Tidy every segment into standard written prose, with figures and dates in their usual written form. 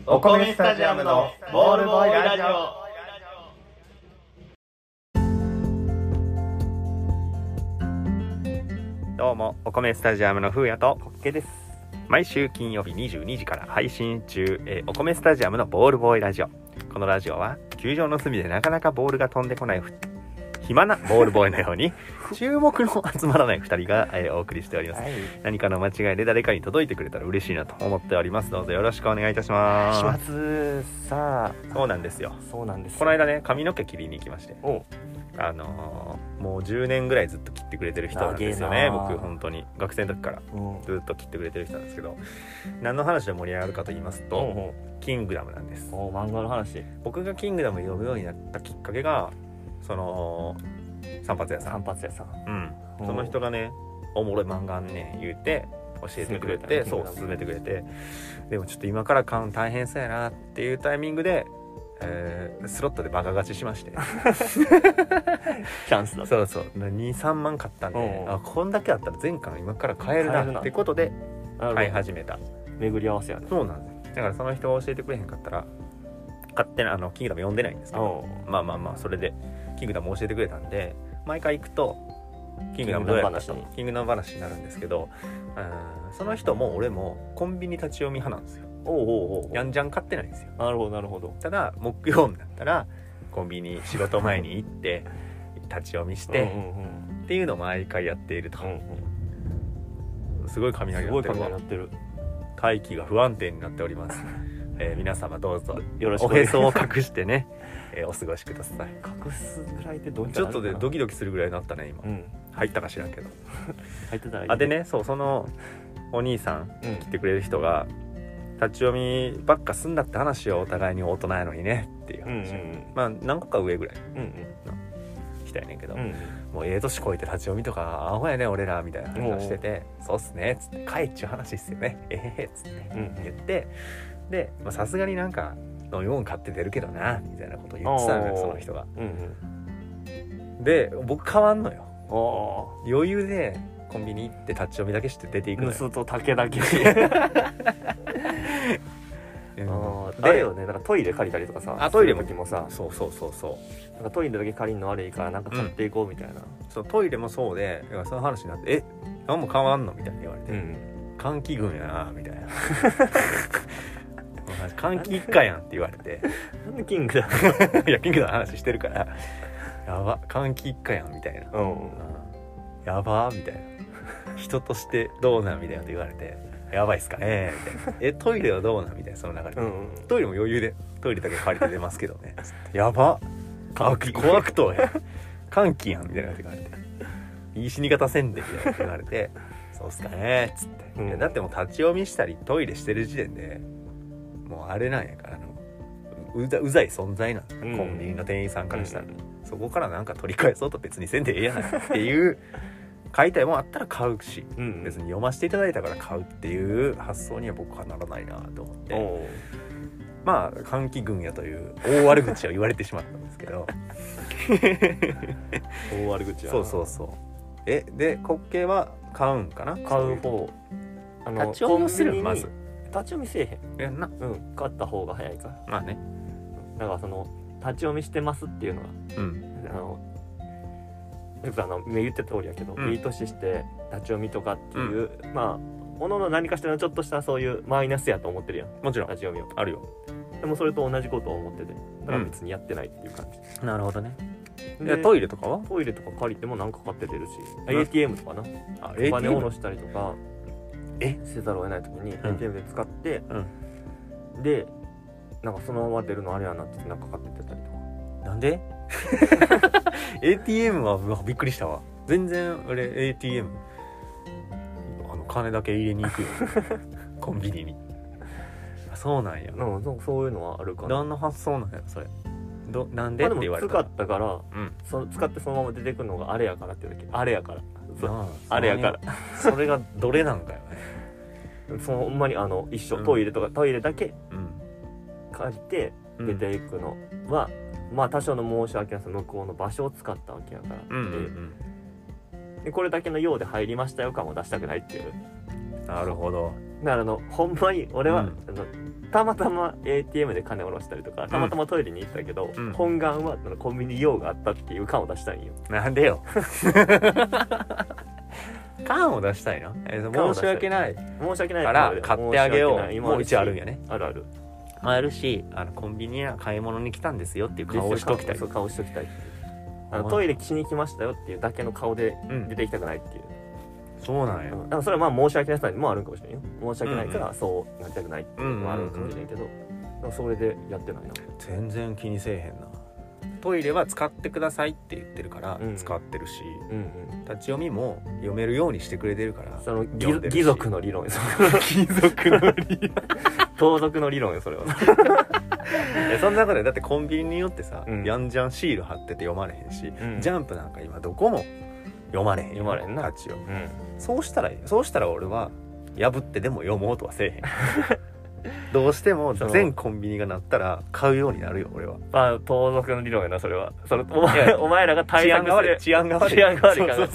お米スタジアムのボールボーイラジオ。 どうも、お米スタジアムのふうやとコッケです。 毎週金曜日22時から配信中、お米スタジアムのボールボーイラジオ。このラジオは球場の隅でなかなかボールが飛んでこない暇なボールボーイのように注目の集まらない2人が、お送りしております、はい、何かの間違いで誰かに届いてくれたら嬉しいなと思っております。どうぞよろしくお願いいたします。 さあ、 そうなんですよ。 そうなんです。 この間ね、髪の毛切りに行きまして、もう10年ぐらいずっと切ってくれてる人なんですよね。僕本当に学生の時からずっと切ってくれてる人なんですけど、何の話で盛り上がるかと言いますと、キングダムなんです。 漫画の話。 僕がキングダムを読むようになったきっかけがその散髪屋さん、その人がね、おもろい漫画あんねん言うて教えてくれて、そう勧めてくれて、でもちょっと今から買うの大変そうやなっていうタイミングで、スロットでバカ勝ちしましてチャンスだ。 そう 2,3 万買ったんで、こんだけあったら全巻今から買えるなってことで買い始めた。 巡り合わせやね。 そうなんです。だからその人が教えてくれへんかったら勝手なキングダム読んでないんですけど、まあそれでキングダム教えてくれたんで、毎回行くとキングダムどうやったとキングダム話になるんですけど、その人も俺もコンビニ立ち読み派なんですよ。やんじゃん買ってないんですよ。 なるほど。ただ木曜になったらコンビニ仕事前に行って立ち読みしてっていうのを毎回やっていると。すごい雷鳴ってる。大気が不安定になっております。皆様どうぞよろしくおへそを隠してね、お過ごしください。 隠すぐらいでどうにかちょっとでドキドキするぐらいになったね今、入ったか知らんけど入ってたらいい。 でね、そのお兄さん、来てくれる人が立ち読みばっかすんだって話をお互いに大人やのにねっていう話、まあ何個か上ぐらいの人やねんけど、もう年こいて立ち読みとかアホやね俺らみたいな話をしてて、そうっすねっつって帰っちゅう話っすよねっつって言って、でさすがになんか飲み物買って出るけどなみたいなことを言ってたのよ、その人が。で僕変わんのよ。余裕でコンビニ行って立ち読みだけして出ていくのよ。 盗と竹だけあれよね、なんかトイレ借りたりとかさ、 トイレも時もさ、 そうなんかトイレだけ借りるの悪いからなんか買っていこうみたいな、 そうトイレもそうで、その話になって何も変わんのみたいに言われて、換気軍やなみたいな換気一家やんって言われてなんでキングだいやキングダムの話してるからやば換気一家やんみたいな、やばみたいな人としてどうなんみたいなこと言われて、やばいっすかねみたいなトイレはどうなんみたいな、その流れで、トイレも余裕でトイレだけ借りて出ますけどねやば怖くと換気やんみたいなこと言われて、いい死に方せんでみたいなこと言われてそうっすかねっつって、だってもう立ち読みしたりトイレしてる時点でもうあれなんやから、うざい存在なんですよ、コンビニの店員さんからしたら、そこからなんか取り返そうと別にせんでええやないっていう買いたいもんあったら買うし、別に読ませていただいたから買うっていう発想には僕はならないなと思って、まあ換気軍やという大悪口を言われてしまったんですけど大悪口はそうで滑稽は買うんかな、 買う方、 立ち読みをする、まず立ち読みせえへんやんな、 買った方が早いから。 まあね、 だからその立ち読みしてますっていうのは、よく言ってた通りやけど、いい年して立ち読みとかっていう、まあものの何かしらのちょっとしたそういうマイナスやと思ってるやん。 もちろん立ち読みをあるよ。 でもそれと同じことを思ってて、だから別にやってないっていう感じ。 なるほどね。でトイレとかは？ トイレとか借りてもなんか買って出るし、ATM とかな、お金下ろしたりとかせざるを得ない時に ATM で使って、でなんかそのまま出るのあれやなってなんか買って出たりとか。 なんでATM はびっくりしたわ。全然俺 ATM 金だけ入れに行くよコンビニに。そうなんや。 そういうのはあるかな。 何の発想なんやそれ。なんでって言われたら。 使ったから、使ってそのまま出てくるのがあれやからっていうだけ。あれやから。あれやから。 それがどれなんかよね。 ほんまに一緒、トイレだけ借りて出ていくのは、まあ多少の申し訳なさ向こうの場所を使ったわけやから、でこれだけの用で入りましたよ感を出したくないっていう。 なるほど。 だからほんまに俺は、 たまたま ATM で金下ろしたりとか、たまたまトイレに行ったけど、 うん、 本願はコンビニ用があったっていう感を出したいんよ。 なんでよ感を出したいの？申し訳ないから買ってあげようもう一応あるんやね。 あるあるあるし、コンビニや買い物に来たんですよっていう顔をしときたい。 そう顔しときたい。トイレしに来ましたよっていうだけの顔で出ていきたくないっていう、 そうなんや。 だからそれはまあ申し訳ないさにもあるかもしれんよ。申し訳ないからそうなりたくないっていうのもあるかもしれんけど、それでやってないな。 全然気にせえへんな。トイレは使ってくださいって言ってるから使ってるし、立ち読みも読めるようにしてくれてるから。 その義族の理論よ。 貴族の理論盗賊の理論よそれは。 そんなことでだってコンビニによってさ、やんじゃんシール貼ってて読まれへんし、ジャンプなんか今どこも読まれへんなタッチを、そうしたら俺は破ってでも読もうとはせえへんどうしても全コンビニがなったら買うようになるよ俺は。 盗賊の理論やなそれは。お前らが治安が悪い治安が悪い考え方。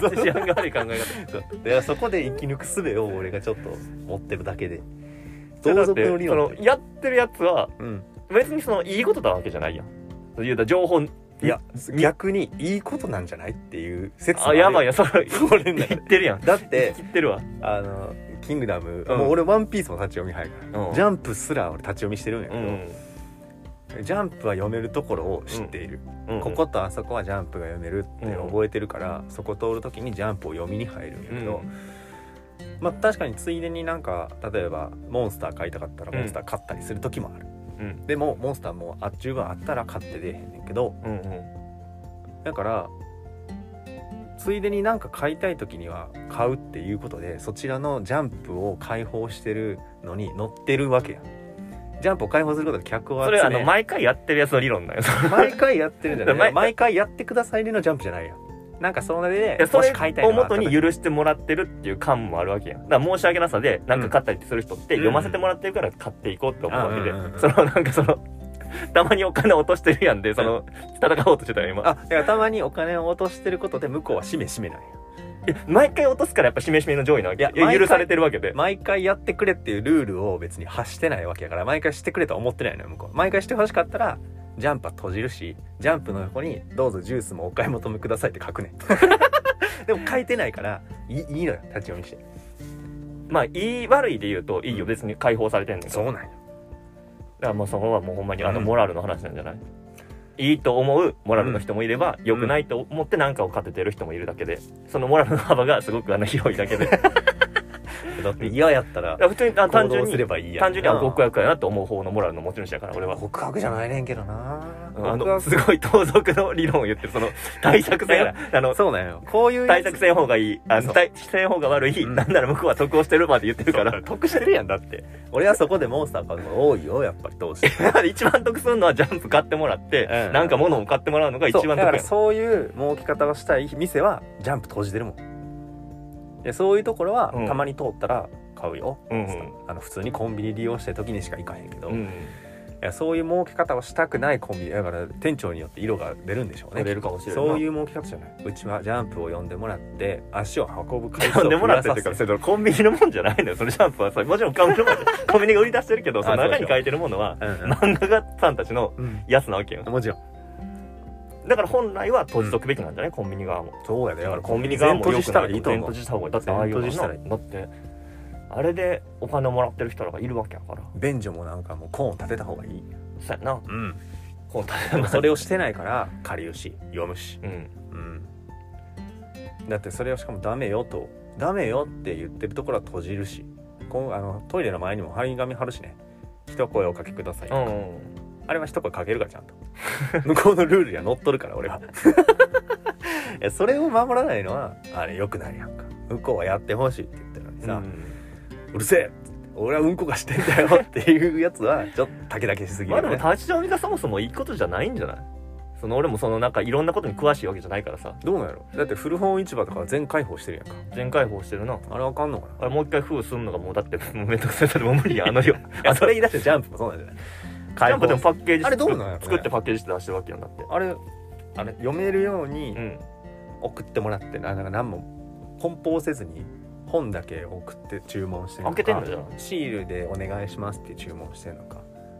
いやそこで生き抜く術を俺がちょっと持ってるだけで。 盗賊の理論ってやってるやつは、別にいいことだわけじゃないやん。そういう情報、 いや逆にいいことなんじゃないっていう説もある。やばいやそれ言ってるやん。 だって言ってるわ。 キングダム、もう俺ワンピースも立ち読み早いから、ジャンプすら俺立ち読みしてるんやけど、ジャンプは読めるところを知っている、こことあそこはジャンプが読めるって覚えてるから、そこ通るときにジャンプを読みに入るんやけど、まあ確かについでになんか例えばモンスター買いたかったらモンスター買ったりする時もある、でもモンスターもあっちゅうがあったら買って出えへんねんけど、だからついでになんか買いたい時には買うっていうことでそちらのジャンプを開放してるのに乗ってるわけやん。ジャンプを開放することで客を集め、 それ毎回やってるやつの理論だよ。 毎回やってるんじゃない毎回やってくださいねのジャンプじゃないやん。なんかそれでもし買いたいのを元に許してもらってるっていう感もあるわけやん。だから申し訳なさでなんか買ったりする人って読ませてもらってるから買っていこうって思うわけで、たまにお金落としてるやんで、戦おうとしてたよ今。 だからたまにお金を落としてることで向こうはしめしめなんや。 毎回落とすからやっぱしめしめの上位なわけ。許されてるわけで。 毎回やってくれっていうルールを別に発してないわけやから、毎回してくれとは思ってないのよ向こう。毎回してほしかったらジャンプは閉じるし、ジャンプの横にどうぞジュースもお買い求めくださいって書くねんでも書いてないからいいのよ立ち読みして。 まあいい悪いで言うといいよ、別に解放されてんねんから。 そうなんよ。 だからもうそこはもうほんまにモラルの話なんじゃない、いいと思うモラルの人もいれば、良くないと思って何かを勝ててる人もいるだけで、そのモラルの幅がすごく広いだけでだって嫌やったら普通に単純にすればいいやん。 単純に極悪やなと思う方のモラルの持ち主だから俺は。 極悪じゃないねんけどな。 すごい盗賊の理論を言ってる、その対策戦そうなんよ。こういう対策せん方がいい、せん方が悪い、なんなら向こうは得をしてるまで言ってるから得してるやん。だって俺はそこでモンスター買うのが多いよやっぱり。どうして一番得するのはジャンプ買ってもらって、なんか物を買ってもらうのが一番得や。 だからそういう儲け方をしたい店はジャンプ閉じてるもん。でそういうところはたまに通ったら買うよ、普通にコンビニ利用したい時にしか行かへんけど、いやそういう儲け方をしたくないコンビニだから店長によって色が出るんでしょうね。 出るかもしれない。 そういう儲け方じゃない。うちはジャンプを読んでもらって足を運ぶ回数を読んでもらってっていうか、それコンビニのもんじゃないのよ。そのジャンプはもちろんコンビニが売り出してるけど、その中に書いてるものは漫画家さんたちのやつなわけよ。 もちろん。 だから本来は閉じとくべきなんじゃない、コンビニ側も。 そうやで。だからコンビニ側も閉じしたらいいと思う。 閉じした方がいい。だってああいうのだってあれでお金をもらってる人らがいるわけやから。 便所もなんかもうコーン立てた方がいい。 そうやな。コーン立てた。 それをしてないから借りるし読むし。だってそれをしかもダメよって言ってるところは閉じるし、トイレの前にも張り紙貼るしね。一声おかけくださいとか。あれは一声かけるからちゃんと向こうのルールには乗っとるから俺はそれを守らないのはあれ良くないやんか。向こうはやってほしいって言ってるのにさ、うるせえ俺はうんこがしてんだよっていうやつはちょっと竹々しすぎる、ね。 まあでも立ち読みがそもそもいいことじゃないんじゃない。俺もなんかいろんなことに詳しいわけじゃないからさ。 どうなんやろ。だって古本市場とかは全開放してるやんか。 全開放してるな。 あれわかんのかな。 あれもう一回封すんのがもうだってもうめんどくさいからもう無理や量。 それ言い出してジャンプもそうなんじゃない。 ジャンプでもパッケージあれどうなんやろ、ね、 作ってパッケージして出してるわけやんだって。 あれ読めるように送ってもらってなんか何も梱包せずに本だけ送って注文してるのか。 開けてんのじゃん。 シールでお願いしますって注文してるのか。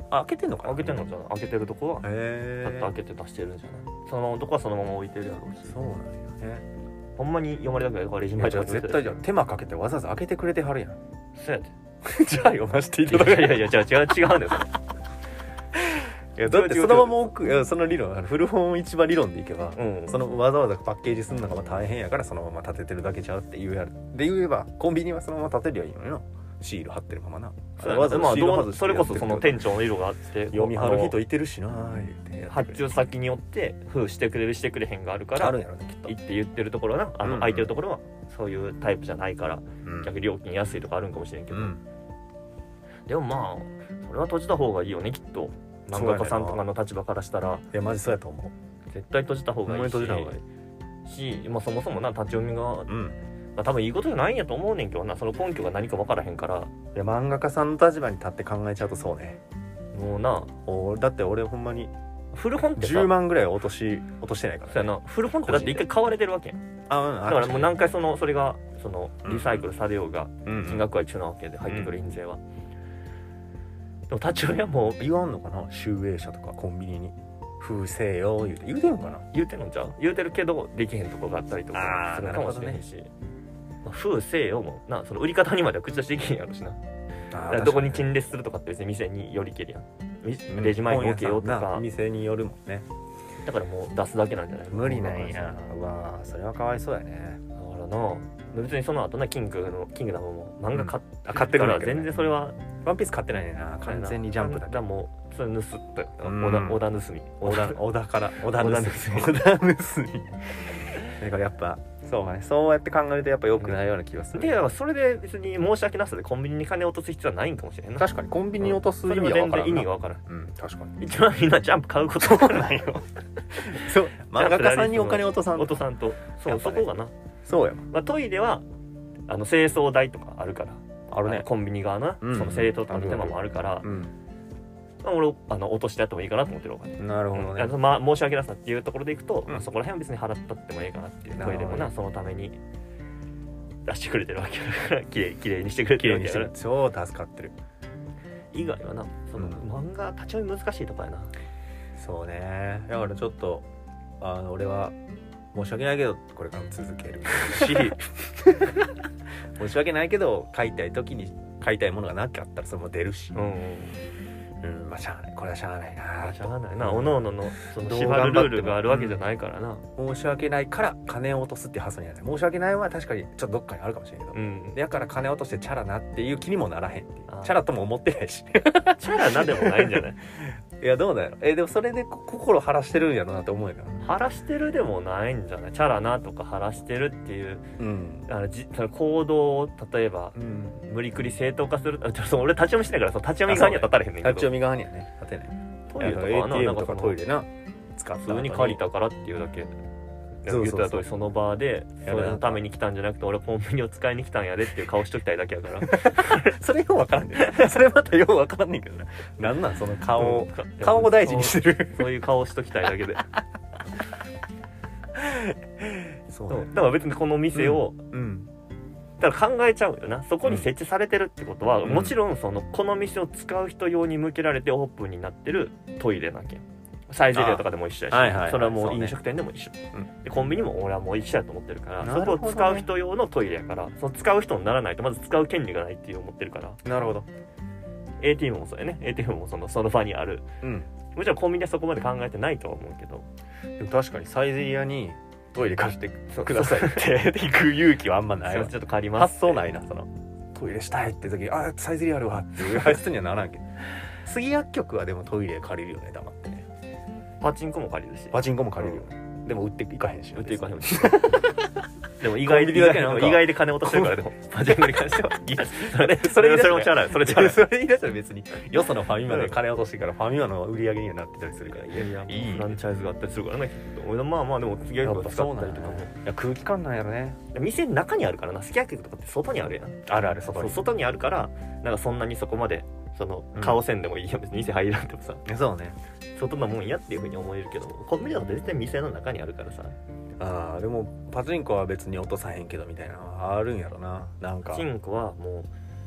開けてんのかな。 開けてんのじゃない、開けてるとこはちょっへと開けて出してるんじゃない。そのとこはそのまま置いてるやろうし、 そうなんよね。 ほんまに読まれたくないからレジ前とか絶対じゃ手間かけてわざわざ開けてくれてはるやん。 そうやでじゃあ読ませていただく。 いやいや違うねそれいやだってそのまま置く、いやその理論古本市場理論でいけば、そのわざわざパッケージするのが大変やからそのまま立ててるだけちゃうって言うやるで言えば、コンビニはそのまま立てりゃいいのにな、シール貼ってるままな。 わざわざそれこそその店長の色があって読み貼る人いてるしな言うて発注先によって封してくれるしてくれへんがあるからあるんやろねきっと。 行って言ってるところはな空いてるところはそういうタイプじゃないから、逆に料金安いとかあるんかもしれんけど、でもまあそれは閉じた方がいいよねきっと。漫画家さんとかの立場からしたら、 いやマジそうやと思う。 絶対閉じた方がいいし、 閉じた方がいいそもそもな立ち読みが、多分いいことじゃないんやと思うねんけどな、その根拠が何か分からへんから。 いや漫画家さんの立場に立って考えちゃうとそうね。 もうなだって俺ほんまに古本ってさ 10万ぐらい落としてないから、ね、 そうやな。古本ってだって一回買われてるわけやん。だからもう何回それがリサイクルされようが金額は一緒なわけで、入ってくる印税は。でも立ち読みはもう言わんのかな、集英社とかコンビニに封せよ言うてんのかな。 言うてんのじゃう言うてるけどできへんとこがあったりとかするかもしれへんし、封せよもな、その売り方にまでは口出しできへんやろしな。どこに陳列するとかって別に店によりけりやん。レジ前に置けよとか店によるもんね。 だからもう出すだけなんじゃない。 無理なんや。わあそれはかわいそうやね。 だからな別にその後なキングダムも漫画買ってるから全然それはワンピース買ってないねんな。完全にジャンプだけ。 もうそれ盗っと小田盗み小田盗みだからやっぱそうね、そうやって考えるとやっぱ良くないような気がする。 でそれで別に申し訳なさでコンビニに金を落とす必要はないんかもしれんな。 確かにコンビニに落とす意味は分からん。 意味が分からん。 確かに一番みんなジャンプ買うことがないよ。 そう漫画家さんにお金落とさんとそうそこがな。 そうや。 トイレは清掃代とかあるから。 あるね。 コンビニ側のその清掃とかの手間もあるから。俺落としてやってもいいかなと思ってるわけ。 なるほどね。 申し訳なさっていうところでいくと、そこら辺は別に払ったってもいいかなっていう。トイレもなそのために出してくれてるわけだからきれいにしてくれてるわけだから。 超助かってる。 以外はな漫画立ち読み難しいとかやな。 そうね。だからちょっと俺は申し訳ないけどこれからも続けるし申し訳ないけど買いたい時に買いたいものがなかったらそれも出るし。まあしゃあない、これはしゃあないな。 しゃあないな。おのおののその縛るルールがあるわけじゃないからな。 申し訳ないから金を落とすっていう発想にはない。申し訳ないは確かにちょっとどっかにあるかもしれないけど、だから金を落としてチャラなっていう気にもならへんっていう。チャラとも思ってないしチャラなでもないんじゃない。 いやどうだよ。でもそれで心晴らしてるんやろなって思うよな。 晴らしてるでもないんじゃない。チャラなとか晴らしてるっていう、行動を例えば、無理くり正当化する。俺立ち読みしてないから立ち読み側には立たれへんねんけど。 立ち読み側にはね立てない。 トイレとかはな、 ATM とかトイレな使った普通に借りたからっていうだけ。言った通りその場でそれのために来たんじゃなくて俺コンビニを使いに来たんやでっていう顔しときたいだけやからそれよう分からんねん。それまたよう分からんねんけどな。なんなんその顔を大事にしてる。 そういう顔しときたいだけでそうだから別にこの店をだから考えちゃうよな。そこに設置されてるってことはもちろんこの店を使う人用に向けられてオープンになってるトイレなきゃ。サイゼリアとかでも一緒やし、それはもう飲食店でも一緒、でコンビニも俺はもう一緒やと思ってるから、そこを使う人用のトイレやから、その使う人にならないとまず使う権利がないっていう思ってるから。 なるほど。 ATM もそうやね。 ATM もその場にある、もちろんコンビニはそこまで考えてないとは思うけど、 でも確かにサイゼリアにトイレ貸してくださいって行く勇気はあんまないわ。 ちょっと借ります。 発想ないな。トイレしたいって時サイゼリアあるわっていう発想にはならんけど杉薬局はでもトイレ借りるよね黙ってね。 パチンコも借りるし。 パチンコも借りるよね。でも売っていかへんし。 売っていかへんし。でも意外で金落としてるからでもパチンコに関しては。それもチャラい。それ言い出したら別によそのファミマで金落としてからファミマの売り上げにはなってたりするから。 いいフランチャイズがあったりするからね。まあでも杉薬局使ったりとかも。 いや空気感なんやろね。 店の中にあるからな。杉薬局とかって外にあるやん。 ある外にあるからなんかそんなにそこまで顔せんでもいいよ。別に店入らんでもさ。 そうね。 外のもんやっていう風に思えるけど、コンビニだと絶対店の中にあるからさ。 でもパチンコは別に落とさへんけどみたいなのあるんやろな。なんかパチンコはも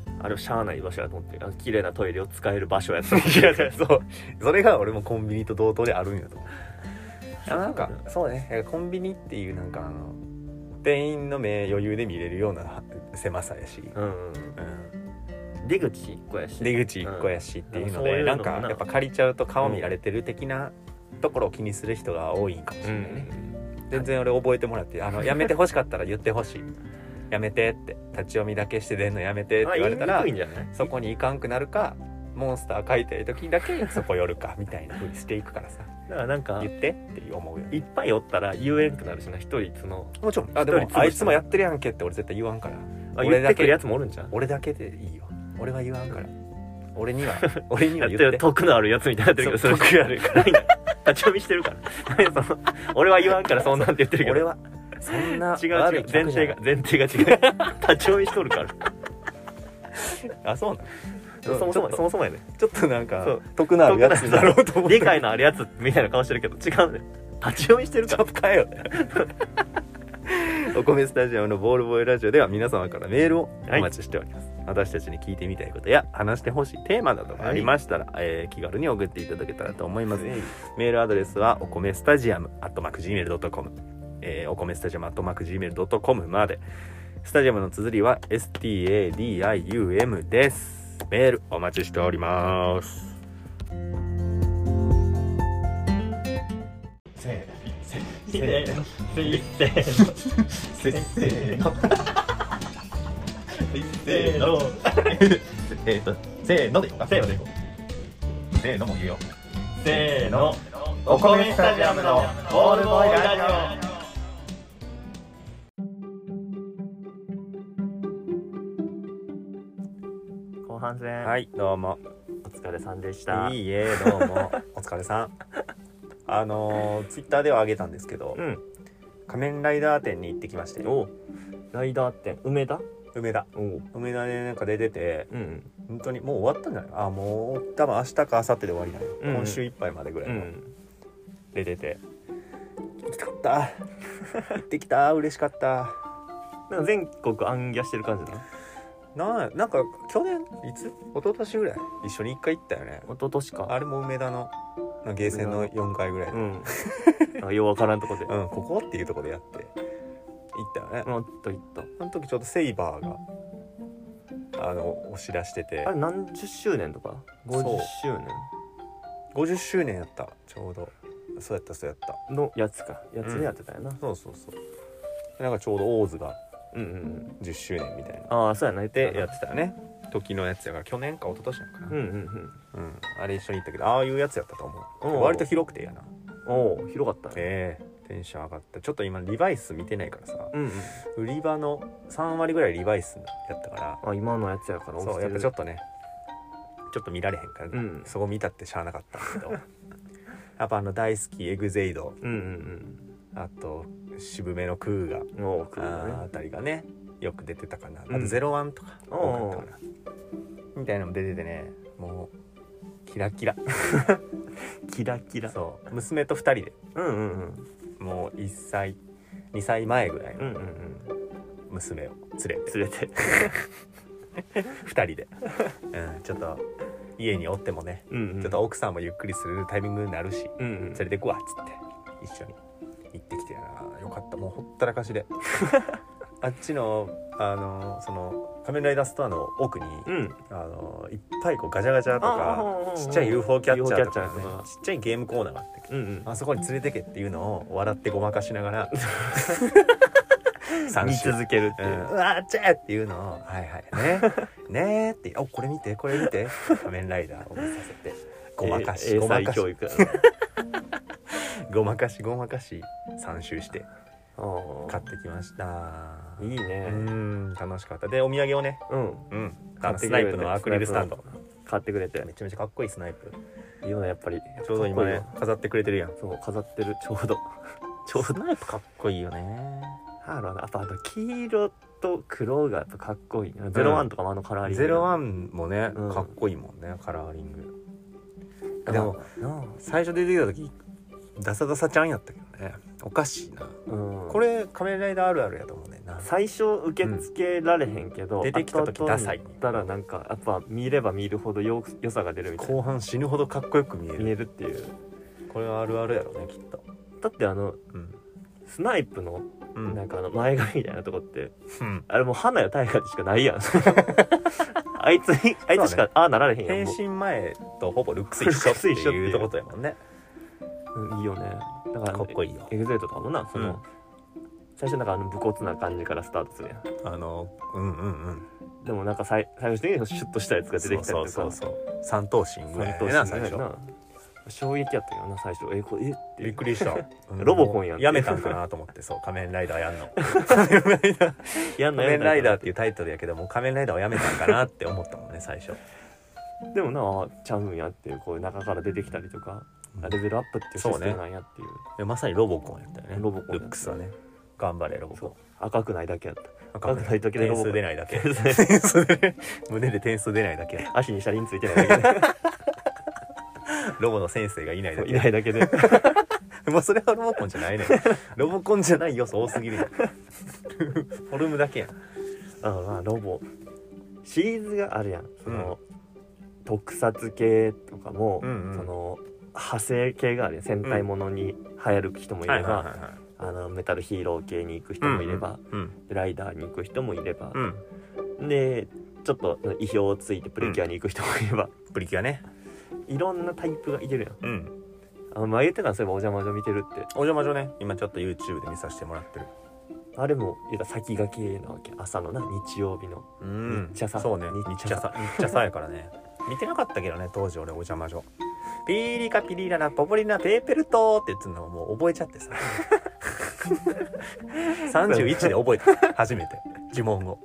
あれをしゃあない場所やと思って綺麗なトイレを使える場所やったいやそうそれが俺もコンビニと同等であるんやと思う。なんかそうねコンビニっていうなんか店員の目余裕で見れるような狭さやし、 出口1個やし出口1個やしっていうので、なんかやっぱ借りちゃうと顔見られてる的なところを気にする人が多いんかもしれないね、全然俺覚えてもらってやめてほしかったら言ってほしいやめてって立ち読みだけして出んのやめてって言われたらそこに行かんくなるかモンスター描いてる時だけそこ寄るかみたいな風にしていくからさだからなんか言ってって思うよ、ね、 いっぱいおったら言えんくなるしな一人もちろんでもあいつもやってるやんけって俺絶対言わんから俺だけ言ってくるやつもおるんじゃん俺だけでいいよ俺は言わんから俺には言って得のあるやつみたいになってるけど得あるから立ち読みしてるから俺は言わんからそんなんって言ってるけど俺はそんな違う前提が違う立ち読みしとるからあそうなのそもそもやねちょっとなんか得のあるやつになろうと思って理解のあるやつみたいな顔してるけど違うね立ち読みしてるからちょっと変えよお米スタジアムのボールボーイラジオでは皆様からメールをお待ちしております、私たちに聞いてみたいことや話してほしいテーマなどがありましたら、気軽に送っていただけたらと思います、メールアドレスはお米スタジアム@gmail.com、お米スタジアム@gmail.com まで。スタジアムの綴りは STADIUM です。メールお待ちしております。 せーのでいこうか。せーのでいこう。せーのも言うよ。せーの。お米スタジアムのボールボーイラジオ。後半戦。 はいどうもお疲れさんでした。 いいえどうもお疲れさん。ツイッターでは上げたんですけど、仮面ライダー店に行ってきまして。 ライダー店梅田梅田でなんか出てて、本当にもう終わったんじゃない？もう多分明日か明後日で終わりなのよ、今週いっぱいまでぐらいの、出てて行きたかった行ってきた嬉しかった。 なんか全国暗ギャしてる感じだな。なんか去年いつ一昨年ぐらい一緒に1回行ったよね。 一昨年か。 あれも梅田のゲーセンの4階ぐらいで、 ようわからんとこで、 ここっていうとこでやって行ったよね。 行ったあの時ちょうどセイバーが押し出してて、 あれ何十周年とか50周年 50周年やったちょうどそうやったのやつかやつでやってたよな、 そうなんかちょうどオーズが10周年みたいなそうやなでやってたよね。時のやつやから去年か一昨年なのかな。あれ一緒に行ったけどああいうやつやったと思う。割と広くてやな。 広かったね。テンション上がった。ちょっと今リバイス見てないからさ、売り場の3割ぐらいリバイスやったから、 今のやつやからそうやっぱちょっとねちょっと見られへんから、そこ見たってしゃあなかったんだけどやっぱ大好きエグゼイド、あと渋めのクーガあたりがねよく出てたかな。あと01とか多かったかなみたいなのも出ててね、もうキラキラキラキラ。 そう娘と2人でもう1歳2歳前ぐらいの娘を連れて2人で、ちょっと家におってもね、ちょっと奥さんもゆっくりするタイミングになるし、連れてくわっつって一緒に行ってきてよかった。もうほったらかしであっちのその仮面ライダーストアの奥に、いっぱいこうガチャガチャとかちっちゃい UFO キャッチャーとか、ね、ちっちゃいゲームコーナーがあって、あそこに連れてけっていうのを笑ってごまかしながら見続けるっていう、 うわーっちゃーっていうのをねってこれ見て仮面ライダーを見させてごまかしごまかし教育ごまかし3周して買ってきました。 いいね。 楽しかった。でお土産をね、スナイプのアクリルスタンド買ってくれて、 めちゃめちゃかっこいいスナイプ。 いいよねやっぱり。 ちょうど今ね飾ってくれてるやん。 そう飾ってるちょうどスナイプかっこいいよね。 やっぱ黄色と黒がやっぱかっこいい。01とかもカラーリング。 01もねかっこいいもんね、カラーリング。でも最初出てきた時ダサダサちゃんやったけどね、おかしいな、これ仮面ライダーあるあるやと思うねんな。 最初受け付けられへんけど、 出てきた時ダサい後々になったらなんかやっぱ見れば見るほど良さが出るみたいな、 後半死ぬほどかっこよく見えるっていう。 これはあるあるやろねきっと。 だってうんスナイプのうんなんか前髪みたいなとこってうんあれもう花よ大河でしかないやんあいつしかああなられへんやん。も変身前とほぼルックス一緒っていうとことやもんね。 いいよね。だからかっこいいよ。 エグゼイトとかもな最初なんか武骨な感じからスタートするやん。でもなんか最終的にシュッとしたやつが出てきたりとか、 そう三頭身ぐらいやな最初。 衝撃やったよな最初。これってびっくりした。 ロボコンやん。 やめたんかなと思ってそう仮面ライダーやんの。仮面ライダーっていうタイトルやけども仮面ライダーをやめたんかなって思ったもんね最初。 でもなちゃうんやっていうこういう中から出てきたりとか、レベルアップっていうシステムなんやっていう。 でまさにロボコンやったよね。 ロボコンルックスはね。頑張れロボコン。 赤くないだけやった。 赤くないだけで点数出ないだけ。胸で点数出ないだけ。 足に車輪ついてないだけでロボの先生がいないだけ。 いないだけでもうそれはロボコンじゃないね。ロボコンじゃない要素多すぎる。フォルムだけやん。 まあロボシリーズがあるやん。特撮系とかも、その派生系があるやん。戦隊ものに流行る人もいれば、メタルヒーロー系に行く人もいれば、ライダーに行く人もいれば、でちょっと意表をついてプリキュアに行く人もいれば、 プリキュアね、 いろんなタイプがいてるやん。前言ってたらそういえばお邪魔女見てるって。 お邪魔女ね、今ちょっと YouTube で見させてもらってる。 あれも言うたら先駆けなわけ。朝のな日曜日の日茶さ。 そうね、日茶さやからね。見てなかったけどね当時俺お邪魔女。ピーリカピリララポポリナペーペルトって言ってんのをもう覚えちゃってさ。31で覚えた初めて呪文を。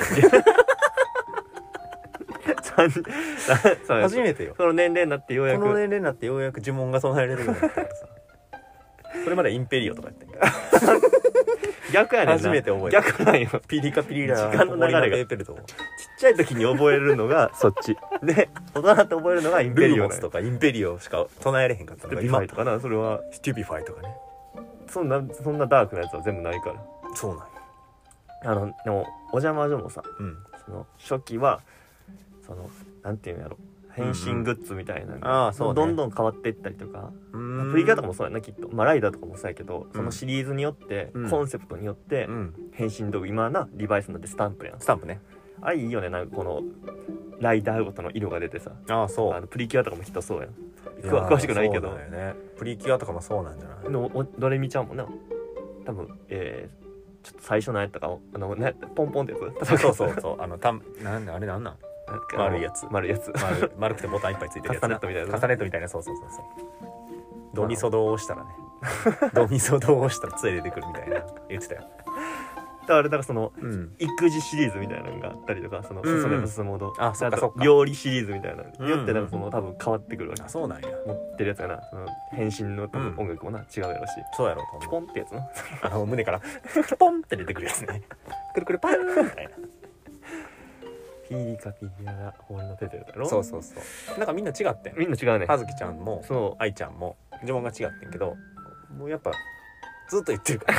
初めてよ。 その年齢になってようやく。 この年齢になってようやく呪文が唱えれるようになったからさ。それまでインペリオとかやってんけど。 逆やねんな。 初めて覚えた。 逆なんよ。 ピリカピリラ時間の流れがペーペルト。 ちっちゃい時に覚えるのがそっちで、大人って覚えるのがインペリオ。 ルーモスとかインペリオしか唱えれへんかったのが今とかな。それはステュピファイとかね。 そんなダークなやつは全部ないから。 そうなんや。でもお邪魔女もさ、その初期はそのなんていうんやろ、変身グッズみたいなのがどんどん変わっていったりとか、プリキュアとかもそうやなきっと。ライダーとかもそうやけど、そのシリーズによってコンセプトによって変身道具、今はなリバイスなんてスタンプやん。 スタンプね。 あれいいよね。なんかこのライダーごとの色が出てさ。 そうプリキュアとかもきっとそうやん。詳しくないけど、 ね、プリキュアとかもそうなんじゃないの。ドレミちゃんもね多分ちょっと最初のやったかね、ポンポンってやつ。 そうなんあれなんなん丸いやつ丸くてボタンいっぱいついてるやつ。 カスタネットみたいな。 カスタネットみたいな。そうドミソドを押したらねドミソドを押したら杖出てくるみたいな言ってたよ。 だからその、育児シリーズみたいなのがあったりとか、そのすすめのすモード、 そっか料理シリーズみたいなのによってなんかその多分変わってくるわけ。 そうなんや。 持ってるやつがな、その変身の多分音楽もな違うやろし。 そうやろとピポンってやつの胸からピポンって出てくるやつね。くるくるパンみたいな。 ピーリカピリララホールのペペルだろ。 そうなんかみんな違ってん。 みんな違うね。 葉月ちゃんも愛ちゃんも呪文が違ってんけど、もうやっぱずっと言ってるから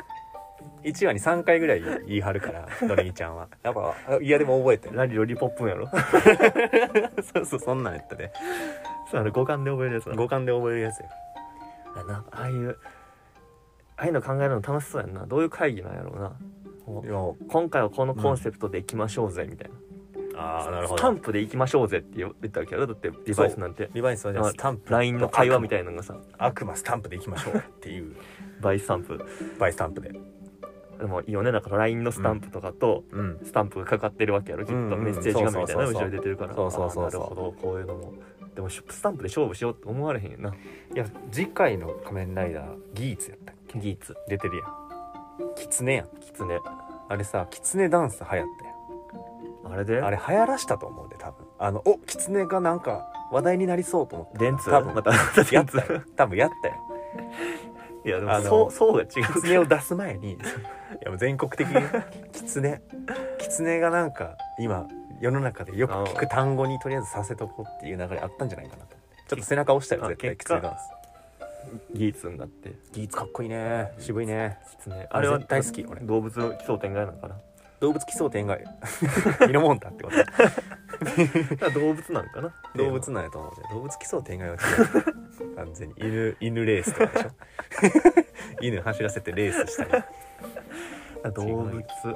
1話に3回ぐらい言い張るからドレミちゃんはやっぱでも覚えてる。 ラリロリポップンやろ。 そんなんやったで。 五感で覚えるやつだ。 五感で覚えるやつよ。 ああいうの考えるの楽しそうやんな。どういう会議なんやろうな。今回はこのコンセプトでいきましょうぜみたいな。 なるほど。 スタンプでいきましょうぜって言ったわけやろ。だってリバイスなんて。 リバイスはじゃあスタンプ、 LINE の会話みたいなのがさ、 悪魔スタンプでいきましょうっていうバイスタンプで。 でもいいよね。だから LINE のスタンプとかとスタンプがかかってるわけやろきっと。メッセージ画面みたいなの後ろに出てるから。なるほど、こういうのも。でもスタンプで勝負しようって思われへんよな。 いや次回の仮面ライダーギーツやったっけ。 ギーツ出てるやん。キツネやん。 キツネ。 あれさ、キツネダンス流行ったやん。あれ流行らしたと思うで多分。キツネがなんか話題になりそうと思って。 電通多分またやったよ。多分やったよ。 いやでもそうが違う。 キツネを出す前にいやもう全国的にキツネがなんか今世の中でよく聞く単語にとりあえずさせとこうっていう流れあったんじゃないかなと。ちょっと背中押したよ絶対キツネダンス。 ギーツンだってギーツかっこいいね、渋いね、 あれは大好き俺。 動物の奇想天外なのかな。 動物奇想天外ミノモンタってこと動物なんかな。 動物なんやと思うね。動物奇想天外は違う完全に犬レースとかでしょ犬走らせてレースしたり。 動物、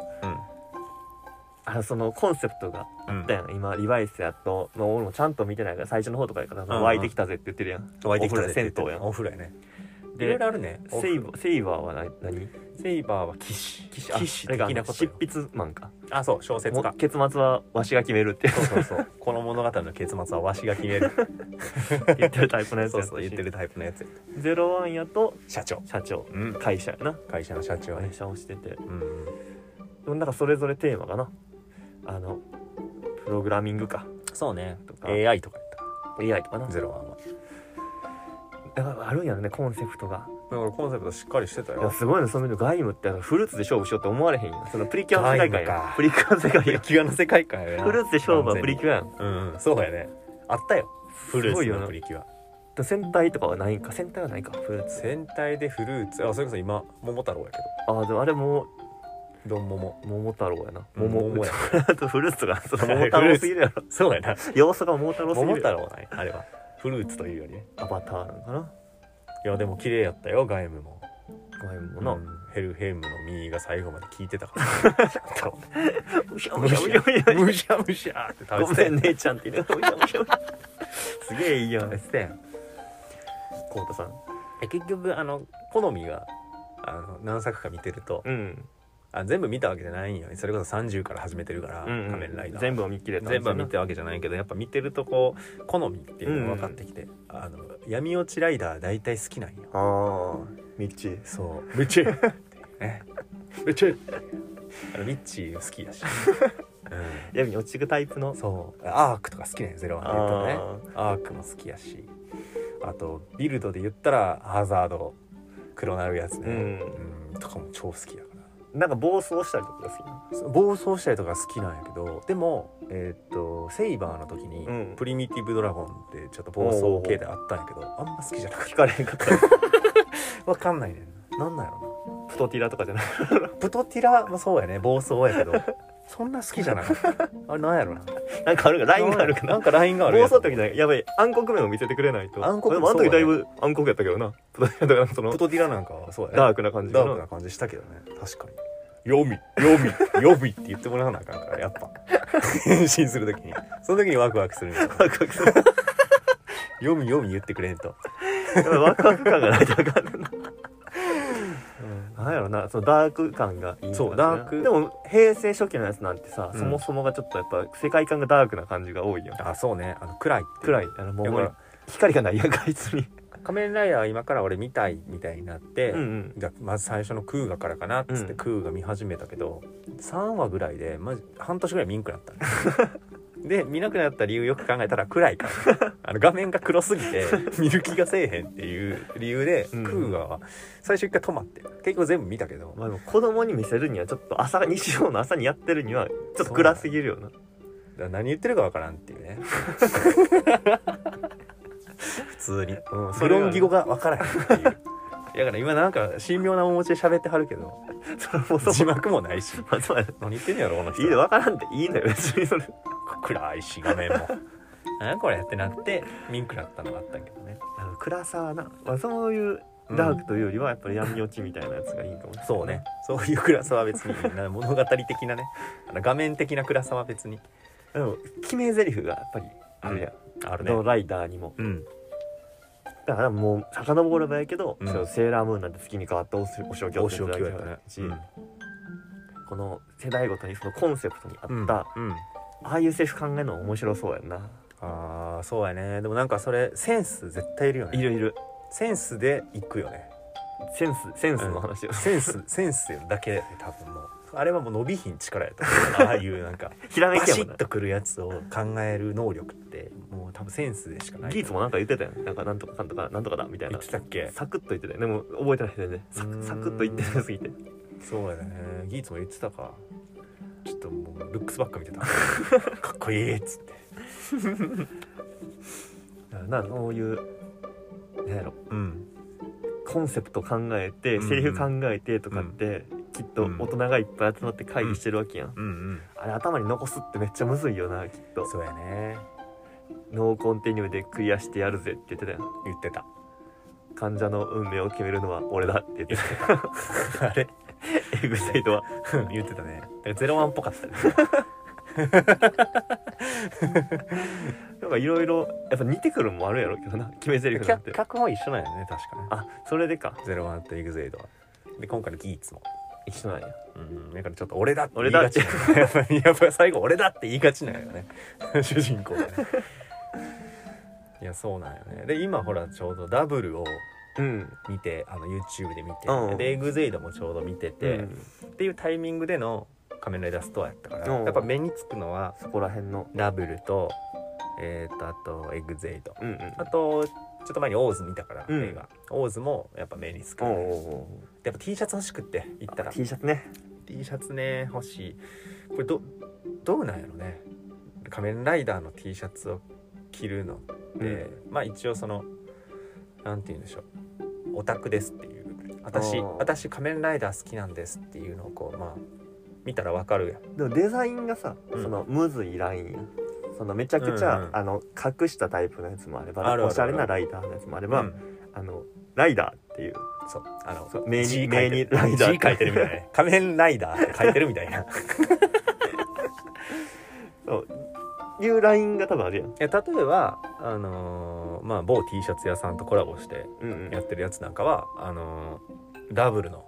うんそのコンセプトがあったやん、今リバイスやと、まあ、俺もちゃんと見てないから最初の方とかやから湧いてきたぜって言ってるやん。 湧いてきたぜ銭湯やん。 お風呂やね。 でいろいろあるね。 セイバーは何セイバーは騎士的なこと。 執筆マンか。 あ、そう、小説家。 結末はわしが決めるってそうこの物語の結末はわしが決める言ってるタイプのやつそう言ってるタイプのやつ。 01やと社長、 会社やな。 会社の社長ね。 会社をしてて、でうん、 もなんかそれぞれテーマかな。プログラミングかそうねとか AI とか言っ AI とかな。 た01はだからあるんやろね、コンセプトが。 だからコンセプトしっかりしてたいやよ。 すごいの。そういうのガイムってフルーツで勝負しようって思われへんよ。そのプリキュアの世界観やガイムか。 プリキュアの世界プリや。 キュアの世界観やな。 フルーツで勝負はプリキュアやん。 うん、そうやね。あったよ、フルーツのプリキュア。 戦隊とかはないんか。戦隊はないか。フルーツ。 戦隊でフルーツ、あ、それこそ今桃太郎やけでもあれもど、ドン桃太郎やな。 桃やあとフルーツが桃太郎すぎるやろ。 そうやな。 要素が桃太郎すぎる。 桃太郎ないあれは。フルーツというよりね。 アバターなんかな。 いやでも綺麗やったよ、ガイムも。 ガイムもな。 ヘルヘイムの実が最後まで効いてたからむしゃむしゃむしゃむしゃむしゃむしゃってご食べてめん姉ちゃんって言うね。むしゃむしゃすげえいいやん。 たやん。 コウタさん。 結局好みが何作か見てると、全部見たわけじゃないんよ。それこそ30から始めてるから、仮面ライダー全部を見切れた。 全部は見たわけじゃないけど、やっぱ見てるとこう好みっていうのが分かってきて、闇落ちライダー大体好きなんよ。 ミッチー。 そうミッチーミッチーミッチー好きだし、 闇に落ちるタイプの。 そうアークとか好きなんよ、01で言うとね。アークも好きやし、あとビルドで言ったらハザード黒なるやつね、とかも超好きだから。 なんか暴走したりとかが好きな。 暴走したりとか好きなんやけど、でもセイバーの時に、プリミティブドラゴンってちょっと暴走系であったんやけど、あんま好きじゃなくて。 聞かれへんかったわかんないねんな。なんなんやろプトティラとかじゃない。 プトティラもそうやね、暴走やけどそんな好きじゃなかったあれなんやろな。 なんかあるか、ラインがあるかな。 なんかラインがある。 暴走の時にやばい暗黒面を見せてくれないと。 暗黒面、 でもあの時だいぶ暗黒やったけどな。プトティラとかそのプトティラなんかはそうやね、 ダークな感じ。 ダークな感じしたけどね。確かに読みって言ってもらわなあかんから、やっぱ変身するときに、その時にワクワクするみたいな。 ワクワクする。 読み言ってくれんとワクワク感がないとあかんねんな。なんやろな、そのダーク感がいい。 そうダーク。 でも平成初期のやつなんてさ、そもそもがちょっとやっぱ世界観がダークな感じが多いよ。 あ、そうね。暗いもう光がないやんか、あいつに。 仮面ライダー今から俺見たいみたいになって、まず最初のクーガからかなっつってクーガ見始めたけど、3話ぐらいでマジ半年ぐらい見んくなったで見なくなった理由よく考えたら暗いから画面が黒すぎて見る気がせえへんっていう理由で、クーガは最初一回止まって結構全部見たけど、 でも子供に見せるにはちょっと日曜の朝にやってるにはちょっと暗すぎるよな。 だから何言ってるかわからんっていうね普通にそれ論議語がわからへんっていう。だから今なんか神妙な面持ちで喋ってはるけど、字幕もないし、何言ってんのやろこの人。 いいの分からんでいいのよ別に。それ暗いし画面も何これってなって見んくなったのがあったけどね。 暗さはな、そういうダークというよりはやっぱり闇落ちみたいなやつがいいかもしれない。 そうね、そういう暗さは別に物語的なね、画面的な暗さは別に。 でも決め台詞がやっぱりあるやん、 あるね、 ライダーにも。だからもう遡ればいいけど、セーラームーンなんて月に変わったお仕置きをってやったし、この世代ごとにそのコンセプトにあった、ああいうセリフ考えるの面白そうやんな。 ああそうやね。でもなんかそれセンス絶対いるよね。 いるセンスでいくよね。 センスの話よ、 センスだけで多分もうあれはもう伸びひん力やと思う。ああいうなんかひらめきやもんな。 バシッとくるやつを考える能力ってもう多分センスでしかない。 ギーツもなんか言ってたよね。なんかなんとかかんとかなんとかだみたいな。 言ってたっけ。 サクッと言ってたよ。でも覚えてないですね。サクッと言ってなすぎて。 そうやね。ギーツも言ってたか。ちょっともうルックスばっか見てた。かっこいいっつって。 そういうなんやろ。 コンセプト考えて、セリフ考えてとかって、きっと大人がいっぱい集まって会議してるわけやん、あれ頭に残すってめっちゃむずいよなきっと。 そうやね。 ノーコンティニューでクリアしてやるぜって言ってたやん。 言ってた。 患者の運命を決めるのは俺だって言ってたあれエグゼイドは言ってたね。だから01っぽかったねなんかいろいろやっぱ似てくるのもあるやろうけどな、決め台詞なんて。 脚本一緒なんやね確かね。 あ、それでか。 01とエグゼイドは。で今回のギーツも一緒なんや。 だからちょっと俺だって言いがちやっぱ最後俺だって言いがちなんよね主人公がねいやそうなんよね。で今ほらちょうどダブルを見て、YouTube で見て、でエグゼイドもちょうど見てて、っていうタイミングでの仮面ライダーストアやったから、やっぱ目につくのはそこら辺のダブルとあとエグゼイド、あとちょっと前にオーズ見たから、映画オーズもやっぱ目につく、やっぱ T シャツ欲しくって行ったら T シャツね T シャツね欲しい。これどうなんやろね、仮面ライダーの T シャツを着るのって、まあ一応そのなんて言うんでしょう、オタクですっていう、私仮面ライダー好きなんですっていうのをこうまあ見たらわかるやん。 でもデザインがさ、そのむずいラインや、そのめちゃくちゃ、隠したタイプのやつもあれば、おしゃれなライダーのやつもあれば、ライダーっていうそう名にライダー字書いてるみたいなね仮面ライダーって書いてるみたいなそういうラインが多分あるやん。 例えばまあ某 T シャツ屋さんとコラボしてやってるやつなんかは、ダブルの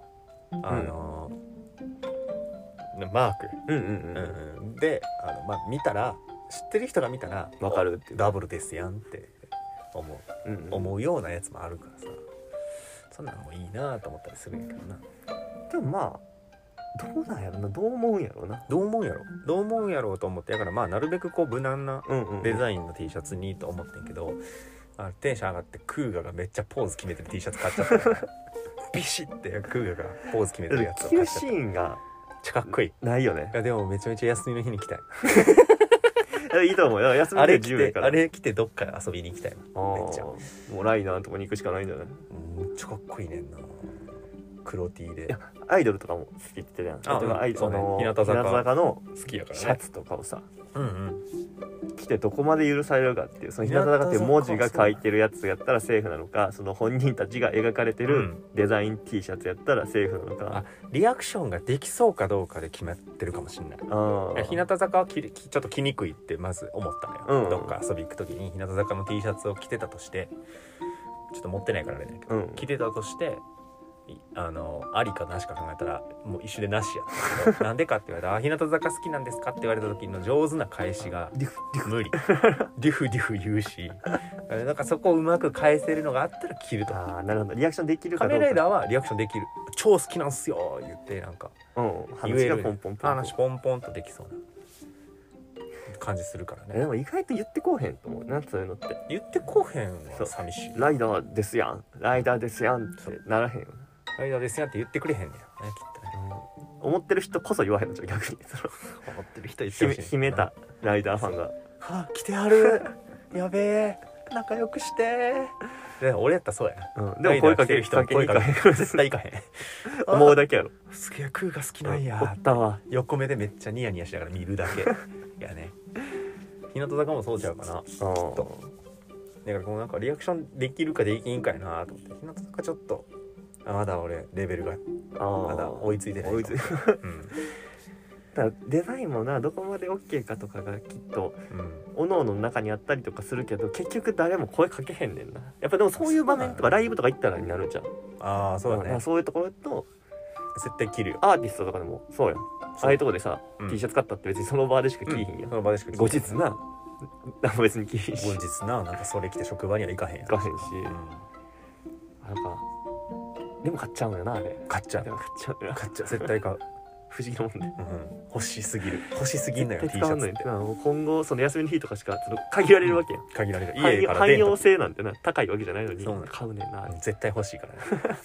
マーク、でまあ見たら知ってる人が見たら分かるっていう、 ダブルですやんって思うようなやつもあるからさ、そんなのもいいなと思ったりするんやけどな。 でもまあどうなんやろな、どう思うんやろうな、 どう思うんやろうと思って、だからまあなるべくこう無難なデザインの T シャツにと思ってんけど、テンション上がってクーガがめっちゃポーズ決めてる T シャツ買っちゃったからビシッてクーガがポーズ決めてるやつを買っちゃった。 着るシーンがかっこいいないよね。 でもめちゃめちゃ休みの日に着たいいいと思うよ、休みの日自由やから。 あれ着てどっか遊びに行きたいな。めっちゃもうライナーのとこに行くしかないんじゃない。 めっちゃかっこいいねんな、黒 T で。 いやアイドルとかも好きって言ってるやん。例えばアイドルの日向坂の好きやからね、 シャツとかをさ、着てどこまで許されるかっていう、その日向坂っていう文字が書いてるやつやったらセーフなのか、その本人たちが描かれてるデザイン T シャツやったらセーフなのか、 リアクションができそうかどうかで決まってるかもしれない。日向坂はちょっと着にくいってまず思ったのよ、どっか遊び行く時に日向坂の T シャツを着てたとして、ちょっと持ってないからあれだけど、着てたとしてありかなしか考えたらもう一緒でなしやったけどなんでかって言われたら日向坂好きなんですかって言われた時の上手な返しが無理デュフデュフ言うし、なんかそこをうまく返せるのがあったら着ると。 なるほど、リアクションできるかどうか。 仮面ライダーはリアクションできる、超好きなんすよ言ってなんか言える、話ポンポンとできそうな感じするからね。 でも意外と言ってこうへんと思うな、そういうのって。 言ってこうへんは寂しい。 ライダーですやん、ライダーですやんってならへんよな。 ライダーですやんって言ってくれへんねんね、きっとね。 思ってる人こそ言わへんのじゃ、逆に思ってる人言ってほしい。 秘めたライダーファンがはあ来てはるやべえ仲良くしてで俺やったらそうやな、 でも声かける人は声かける絶対行かへん思うだけやろ。 すげえクーが好きなんや、 おったわ。 横目でめっちゃニヤニヤしながら見るだけやね。日向坂もそうちゃうかな、きっと。だからこのなんかリアクションできるかできんかやなと思って、日向坂ちょっとまだ俺レベルがまだ追いついてない。 だからデザインもな、どこまで OK かとかがきっと各々の中にあったりとかするけど、結局誰も声かけへんねんな。やっぱでもそういう場面とかライブとか行ったらになるんじゃん。 そうだね。 そういうところと絶対着るよ。 アーティストとかでもそうやん。ああいうとこでさ、T シャツ買ったって別にその場でしか着いひんやん。 その場でしか着いひん。 後日な別に着いひんし。 後日なんかそれ着て職場には行かへんやん。 行かへんし。なんかでも買っちゃうよな、あれ。 買っちゃう絶対買う。 不思議なもんね、 欲しすぎんのよ T シャツって。 今後その休みの日とかしか限られるわけやん。 限られる。家から汎用性なんてな高いわけじゃないのに買うねんな。 絶対欲しいからね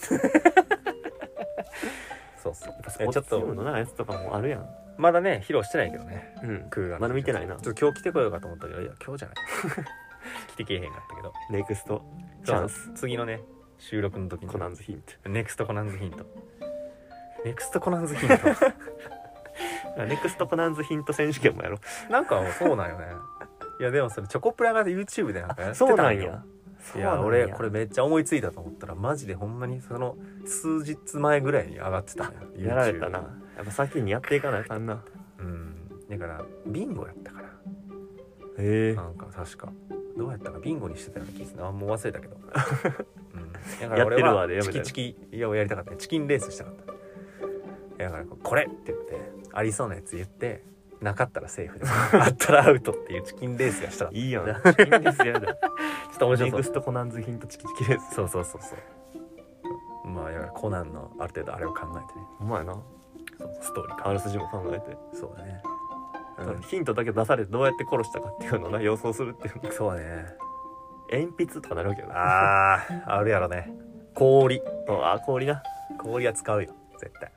そうちょっとスポーツチームのなやつとかもあるやん。 まだね披露してないけどね。 クーガまだ見てないな。 ちょっと今日着てこようかと思ったけど、いや今日じゃない着てけえへんかったけど、 ネクストチャンス、 次のね収録の時にコナンズヒントネクストコナンズヒントネクストコナンズヒントネクストコナンズヒント選手権もやろなんかそうなんよね。いやでもそれチョコプラが YouTube でなんかやってたそうなんよ。 やいや俺これめっちゃ思いついたと思ったらマジでほんまにその数日前ぐらいに上がってたのよ。 やられたな。やっぱ先にやっていかないかんな。 うん。だからビンゴやったから。 へえ。 なんか確かどうやったかビンゴにしてたような気がするな。もう忘れたけど。うん。だから俺はチキチキいややりたかった。チキンレースしたかった。だからこれって言ってありそうなやつ言ってなかったらセーフであったらアウトっていうチキンレースがしたらいいやん。チキンレースやだ。ちょっと面白そう。 ネクストコナンズヒントチキチキレース。 そうそう。まあやコナンのある程度あれを考えてね。 うまいな。 そうストーリーあらすじも考えて。 そうだね。 ヒントだけ出されてどうやって殺したかっていうのをな予想するっていうの。 そうね。 鉛筆とかなるわけよな。 あるやろね。氷氷な。 氷は使うよ絶対。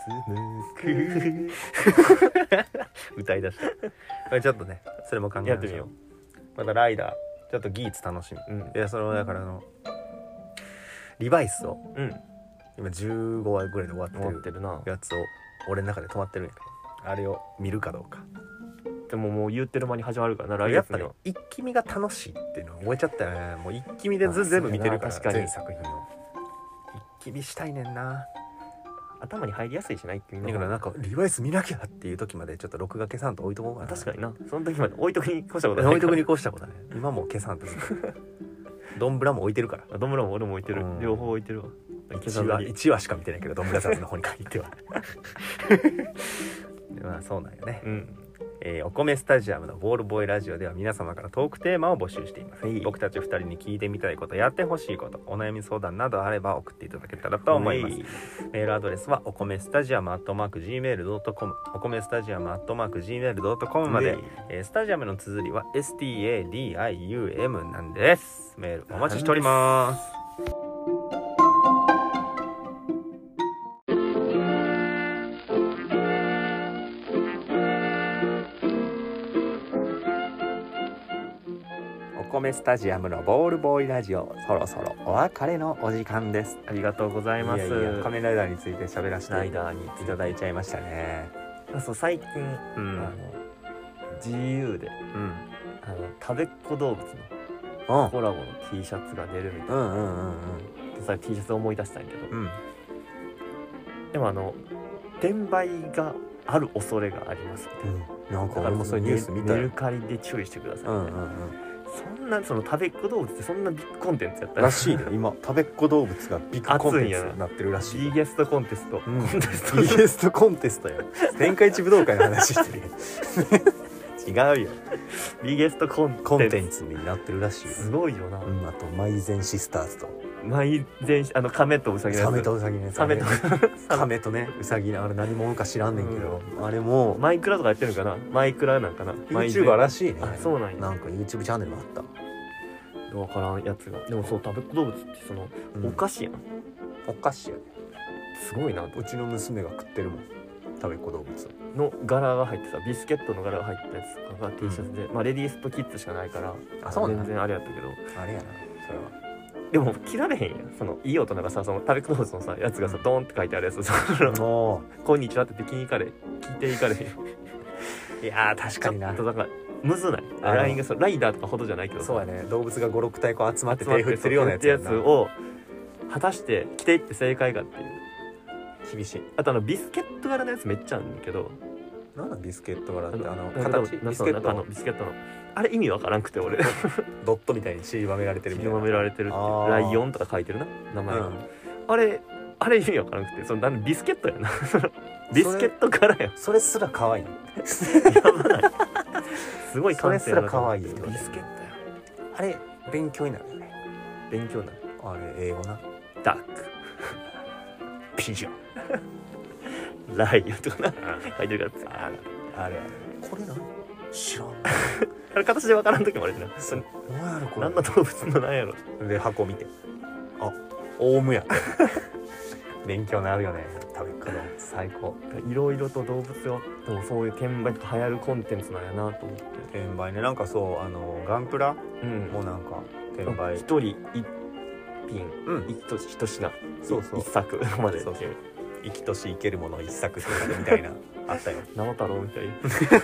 歌い出したこれちょっとねそれも考えましょう。 やってみよう。またライダーちょっとギーツ楽しみ、いやそのだからリバイスを、今15話ぐらいで終わってるやつを俺の中で止まってるんやけどあれを見るかどうか。 でももう言ってる間に始まるからな。来やっぱね一気見が楽しいっていうのを覚えちゃったよね。もう一気見で全部見てるから全作品を一気見したいねんな。 頭に入りやすいしな一気見だからなんかリバイス見なきゃっていう時までちょっと録画消さんと置いとこうかな。 確かにな。その時まで置いとくに越したことない。 置いとくに越したことない。今もう消さんとドンブラも置いてるから。 ドンブラも俺も置いてる、両方置いてるわ。 1話しか見てないけどドンブラザーズの方に限ってはまあそうなんよね。お米スタジアムのボールボーイラジオでは皆様からトークテーマを募集しています。僕たち2人に聞いてみたいこと、やってほしいこと、お悩み相談などあれば送っていただけたらと思います。メールアドレスはお米スタジアム@gmail.com お米スタジアム@gmail.com まで、スタジアムの綴りは STADIUM なんです。メールお待ちしております。お米スタジアムのボールボーイラジオ、そろそろお別れのお時間です。 ありがとうございます。 仮面ライダーについて喋らせていただいちゃいましたね。 そう最近、GU で、食べっ子動物のコラボの T シャツが出るみたいな、それ T シャツを思い出したんやけど、でも転売がある恐れがありますみたいな、 なんか俺もそういうニュース見たよ。 メルカリで注意してくださいみたいな。そんなその食べっ子動物ってそんなビッグコンテンツやったらしいね。今食べっ子動物がビッグコンテンツになってるらしい。 ビーゲストコンテスト、 ビーゲストコンテストや天下一武道会の話してるよ違うよ。 ビーゲストコンテンツになってるらしいよ。 すごいよな。 あとマイゼンシスターズと亀とウサギのやつ。 亀とウサギのやつ。亀とねウサギ、あれ何者か知らんねんけど、あれもマイクラとかやってるのかな。マイクラなんかな。 YouTuber らしいね。 そうなんや。 なんか YouTube チャンネルもあった。 分からんやつが。でもそう食べっ子動物ってそのお菓子やん。 お菓子やね。 すごいな。 うちの娘が食ってるもん。食べっ子動物の柄が入ってさ、ビスケットの柄が入ったやつとかが T シャツで、レディースとキッズしかないから全然あれやったけど、 あれやなそれは。 でも着られへんやん。そのいい大人がさ、その食べっ子動物のさやつがさドーンって書いてあるやつ、こんにちはって聞いていかれへん。 いや確かにな。 ちょっとだからむずない。ラインがライダーとかほどじゃないけど、 そうやね。動物が 5,6 体こう集まって手振ってるようなやつを果たして着ていって正解かっていう。 厳しい。 あとビスケット柄のやつめっちゃあるんだけど、 なんだビスケット柄って形ビスケットのあれ意味わからんくて俺ドットみたいに散りばめられてるみたいな。 散りばめられてるってライオンとか書いてるな名前が、あれ意味わからんくて、そのビスケットやなビスケット柄や。 それすら可愛い。 やばないすごいそれすら可愛い。 ビスケットや。 あれ勉強になるよね。 勉強になる。 あれ英語な。 ダックピジョンライオンとかな書いてるから。 あれこれ何知らんあれ形でわからん時もあるじゃん。 何やろこれ。 何の動物の何やろ。 で箱見て、あオウムや勉強になるよね。食べっ子動物最高。 いろいろと動物をでもそういう転売とか流行るコンテンツなんやなと思って。 転売ね。なんかそうガンプラもなんか転売。 一人1 品、一品、 そうそう一作までそうそう生きとし生けるもの一作ってみたいなあったよ直太郎みたい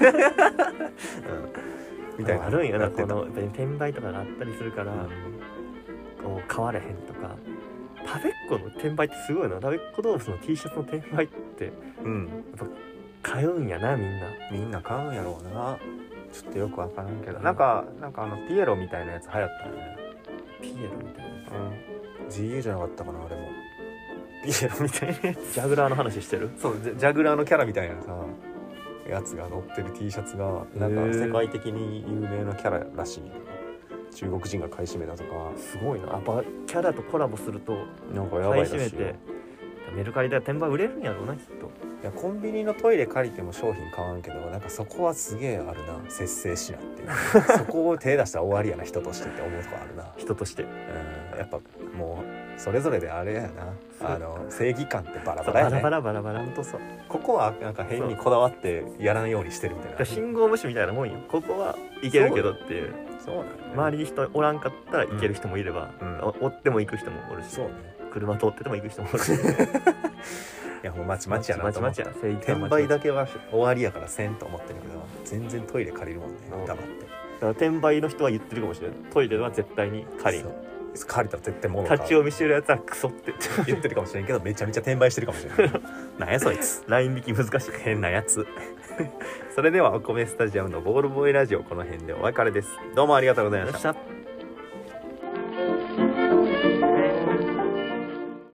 みたいなあるんやな、この転売とかがあったりするから、こう買われへんとか。たべっ子の転売ってすごいな。たべっ子動物の T シャツの転売ってやっぱ買うんやな、みんな買うんやろうな。ちょっとよくわからんけど、なんかピエロみたいなやつ流行ったよね。 ピエロみたいなやつ、GU じゃなかったかな、あれもピエロみたいなやつ。 ジャグラーの話してる？ そう、ジャグラーのキャラみたいなさやつが乗ってる T シャツがなんか世界的に有名なキャラらしい。中国人が買い占めたとか。 すごいな。やっぱキャラとコラボするとなんかやばいらしいよ。 買い占めてメルカリで転売売れるんやろうな、きっと。 いやコンビニのトイレ借りても商品買わんけど、なんかそこはすげえあるな、節制しなっていうそこを手出したら終わりやな、人としてって思うとこあるな。 人として、 やっぱもうそれぞれであれやな、正義感ってバラバラやね。 バラバラほんとそう。ここはなんか変にこだわってやらんようにしてるみたいな。 信号無視みたいなもんよ。ここはいけるけどっていう。 そうなん、ね、 周りに人おらんかったら行ける人もいれば、追っても行く人もおるし、 そうね、 車通ってても行く人もおるしいやもうまちまちやなと思って。 転売だけは終わりやからせんと思ってるけど、全然トイレ借りるもんね、黙って。だから転売の人は言ってるかもしれない。トイレは絶対に借りん。 借りたら絶対物買う。 立ち読みしてるやつはクソって言ってるかもしれんけど、めちゃめちゃ転売してるかもしれないなんやそいつ、 ライン引き難しい変なやつそれではお米スタジアムのボールボーイラジオ、この辺でお別れです。どうもありがとうございました。